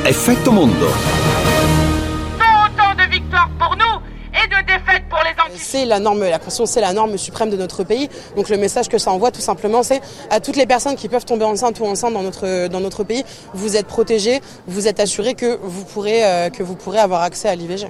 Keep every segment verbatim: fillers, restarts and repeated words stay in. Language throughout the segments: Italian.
Effetto Mondo. Autant de victoires pour nous et de défaites pour les anti. C'est la norme, la Constitution, c'est la norme suprême de notre pays. Donc le message que ça envoie tout simplement, c'est à toutes les personnes qui peuvent tomber enceintes ou enceintes dans notre dans notre pays, vous êtes protégés, vous êtes assurés que vous pourrez euh, que vous pourrez avoir accès à l'I V G.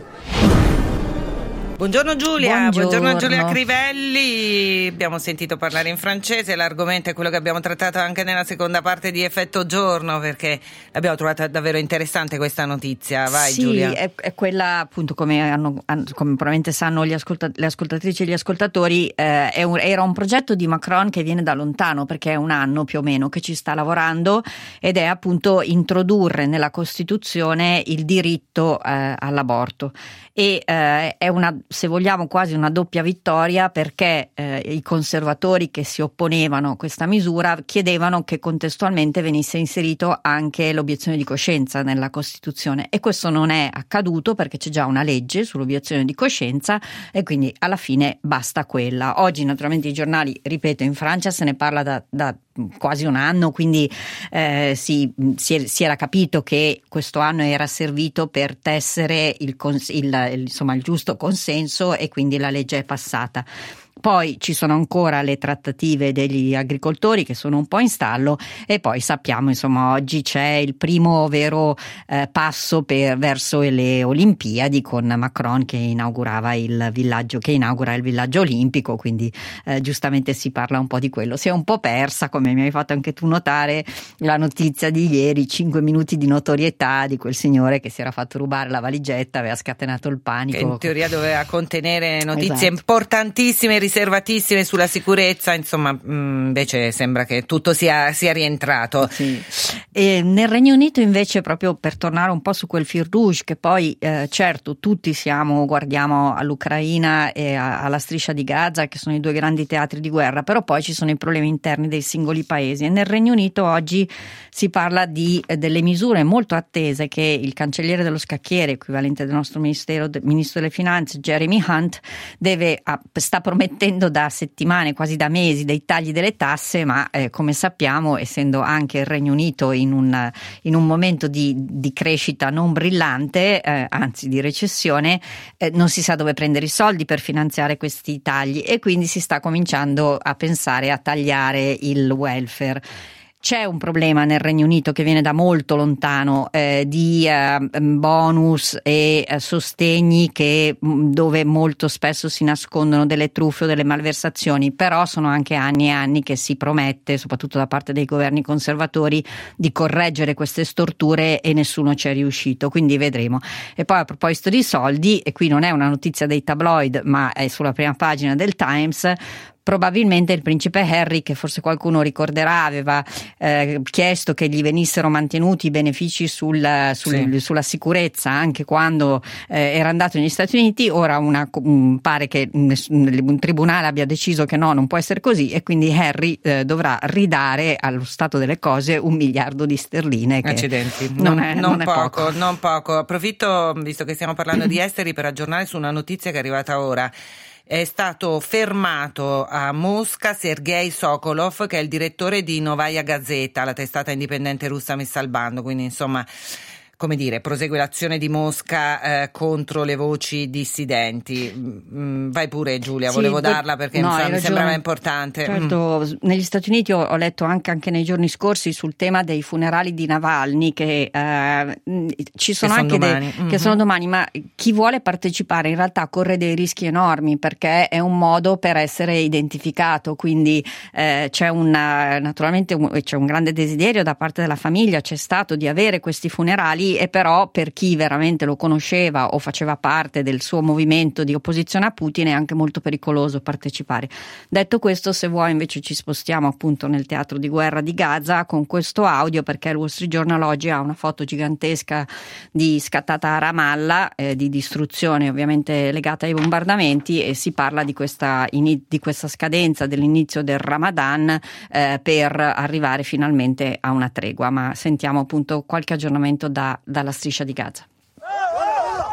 Buongiorno Giulia, buongiorno. buongiorno Giulia Crivelli. Abbiamo sentito parlare in francese, l'argomento è quello che abbiamo trattato anche nella seconda parte di Effetto Giorno, perché l'abbiamo trovata davvero interessante questa notizia. Vai sì, Giulia. È, è quella appunto, come, hanno, come probabilmente sanno gli ascolta, le ascoltatrici e gli ascoltatori, eh, è un, era un progetto di Macron che viene da lontano, perché è un anno più o meno che ci sta lavorando, ed è appunto introdurre nella Costituzione il diritto eh, all'aborto. E eh, è una, se vogliamo, quasi una doppia vittoria, perché eh, i conservatori che si opponevano a questa misura chiedevano che contestualmente venisse inserito anche l'obiezione di coscienza nella Costituzione, e questo non è accaduto perché c'è già una legge sull'obiezione di coscienza e quindi alla fine basta quella. Oggi naturalmente i giornali, ripeto, in Francia se ne parla da, da quasi un anno, quindi eh, si, si, si era capito che questo anno era servito per tessere il, il, il, insomma, il giusto consenso, e quindi la legge è passata. Poi ci sono ancora le trattative degli agricoltori che sono un po' in stallo, e poi sappiamo, insomma, oggi c'è il primo vero eh, passo per, verso le Olimpiadi, con Macron che inaugurava il villaggio, che inaugura il villaggio olimpico, quindi eh, giustamente si parla un po' di quello. Si è un po' persa, come mi hai fatto anche tu notare, la notizia di ieri, cinque minuti di notorietà di quel signore che si era fatto rubare la valigetta, aveva scatenato il panico. Che in teoria doveva contenere notizie esatto. importantissime, riservatissime sulla sicurezza, insomma invece sembra che tutto sia, sia rientrato. Sì. E nel Regno Unito invece, proprio per tornare un po' su quel fil rouge, che poi eh, certo tutti siamo, guardiamo all'Ucraina e a, alla striscia di Gaza, che sono i due grandi teatri di guerra, però poi ci sono i problemi interni dei singoli paesi, e nel Regno Unito oggi si parla di eh, delle misure molto attese che il cancelliere dello scacchiere, equivalente del nostro ministero, del ministro delle finanze, Jeremy Hunt, deve, ah, sta promettendo da settimane, quasi da mesi, dei tagli delle tasse, ma eh, come sappiamo, essendo anche il Regno Unito in un, in un momento di, di crescita non brillante, eh, anzi di recessione, eh, non si sa dove prendere i soldi per finanziare questi tagli, e quindi si sta cominciando a pensare a tagliare il welfare. C'è un problema nel Regno Unito che viene da molto lontano, eh, di eh, bonus e eh, sostegni che, dove molto spesso si nascondono delle truffe o delle malversazioni, però sono anche anni e anni che si promette, soprattutto da parte dei governi conservatori, di correggere queste storture, e nessuno ci è riuscito, quindi vedremo. E poi, a proposito di soldi, e qui non è una notizia dei tabloid ma è sulla prima pagina del Times, probabilmente il principe Harry, che forse qualcuno ricorderà, aveva eh, chiesto che gli venissero mantenuti i benefici sul, sul, sì. sulla sicurezza anche quando eh, era andato negli Stati Uniti. Ora una, um, pare che un tribunale abbia deciso che no, non può essere così, e quindi Harry eh, dovrà ridare allo stato delle cose un miliardo di sterline. Che Accidenti, non, non, è, non, non è poco, poco. non poco. Approfitto, visto che stiamo parlando di esteri, per aggiornare su una notizia che è arrivata ora. È stato fermato a Mosca Sergei Sokolov, che è il direttore di Novaya Gazeta, la testata indipendente russa messa al bando, quindi insomma, come dire, prosegue l'azione di Mosca eh, contro le voci dissidenti. Mm, vai pure Giulia, sì, volevo do- darla perché no, insomma, mi sembrava ragione. importante. Certo, mm. negli Stati Uniti ho, ho letto anche, anche nei giorni scorsi sul tema dei funerali di Navalny, che eh, ci sono che anche sono dei, domani. Mm-hmm. che sono domani, ma chi vuole partecipare in realtà corre dei rischi enormi, perché è un modo per essere identificato, quindi eh, c'è una, naturalmente un, c'è un grande desiderio da parte della famiglia, c'è stato, di avere questi funerali, e però per chi veramente lo conosceva o faceva parte del suo movimento di opposizione a Putin è anche molto pericoloso partecipare. Detto questo, se vuoi invece ci spostiamo appunto nel teatro di guerra di Gaza con questo audio, perché il Wall Street Journal oggi ha una foto gigantesca di scattata a Ramallah, eh, di distruzione ovviamente legata ai bombardamenti, e si parla di questa, in, di questa scadenza dell'inizio del Ramadan eh, per arrivare finalmente a una tregua. Ma sentiamo appunto qualche aggiornamento da, dalla striscia di Gaza.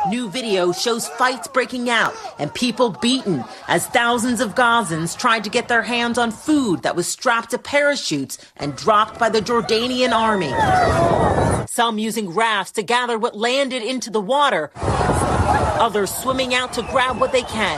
New video shows fights breaking out and people beaten as thousands of Gazans tried to get their hands on food that was strapped to parachutes and dropped by the Jordanian army. Some using rafts to gather what landed into the water, others swimming out to grab what they can.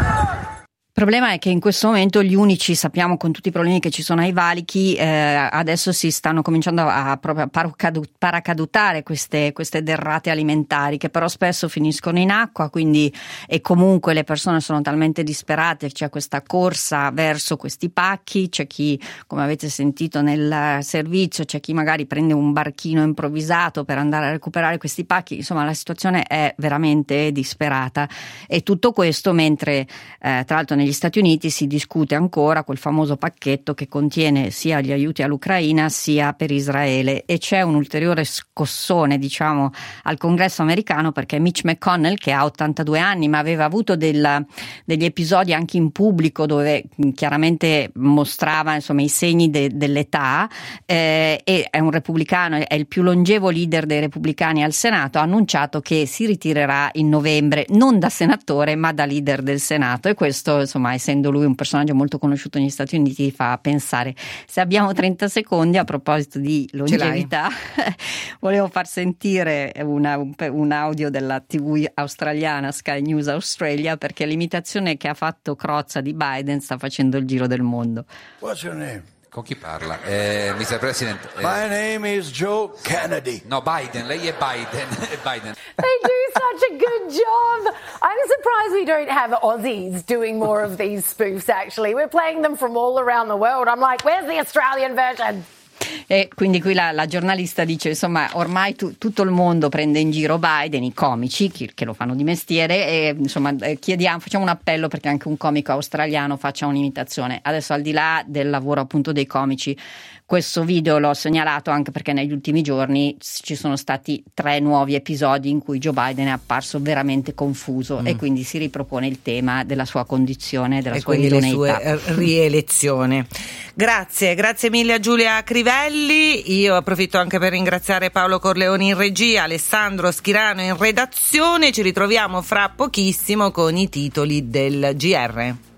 Il problema è che in questo momento gli unici, sappiamo con tutti i problemi che ci sono ai valichi, eh, adesso si stanno cominciando a, proprio a paracadutare queste, queste derrate alimentari che però spesso finiscono in acqua, quindi e comunque le persone sono talmente disperate, c'è questa corsa verso questi pacchi, c'è chi, come avete sentito nel servizio, c'è chi magari prende un barchino improvvisato per andare a recuperare questi pacchi, insomma la situazione è veramente disperata e tutto questo mentre eh, tra l'altro negli Stati Uniti si discute ancora quel famoso pacchetto che contiene sia gli aiuti all'Ucraina sia per Israele e c'è un ulteriore scossone diciamo al Congresso americano perché Mitch McConnell, che ha ottantadue anni ma aveva avuto del, degli episodi anche in pubblico dove chiaramente mostrava insomma i segni de, dell'età eh, e è un repubblicano, è il più longevo leader dei repubblicani al Senato, ha annunciato che si ritirerà in novembre non da senatore ma da leader del Senato e questo insomma essendo lui un personaggio molto conosciuto negli Stati Uniti fa pensare. Se abbiamo trenta secondi a proposito di longevità volevo far sentire una, un, un audio della tivù australiana Sky News Australia perché l'imitazione che ha fatto Crozza di Biden sta facendo il giro del mondo. What's your name? Con chi parla? Eh, mister President. Eh, My name is Joe Kennedy. No, Biden, lei è Biden. È Biden. They do such a good job. I'm surprised we don't have Aussies doing more of these spoofs, actually. We're playing them from all around the world. I'm like, where's the Australian version? E quindi qui la, la giornalista dice insomma ormai tu, tutto il mondo prende in giro Biden, i comici chi, che lo fanno di mestiere e insomma chiediamo, facciamo un appello perché anche un comico australiano faccia un'imitazione. Adesso al di là del lavoro appunto dei comici, questo video l'ho segnalato anche perché negli ultimi giorni ci sono stati tre nuovi episodi in cui Joe Biden è apparso veramente confuso mm. e quindi si ripropone il tema della sua condizione, della e sua quindi idoneità. le sue rielezione. Grazie, grazie mille a Giulia Crivelli. Io approfitto anche per ringraziare Paolo Corleoni in regia, Alessandro Schirano in redazione. Ci ritroviamo fra pochissimo con i titoli del G R.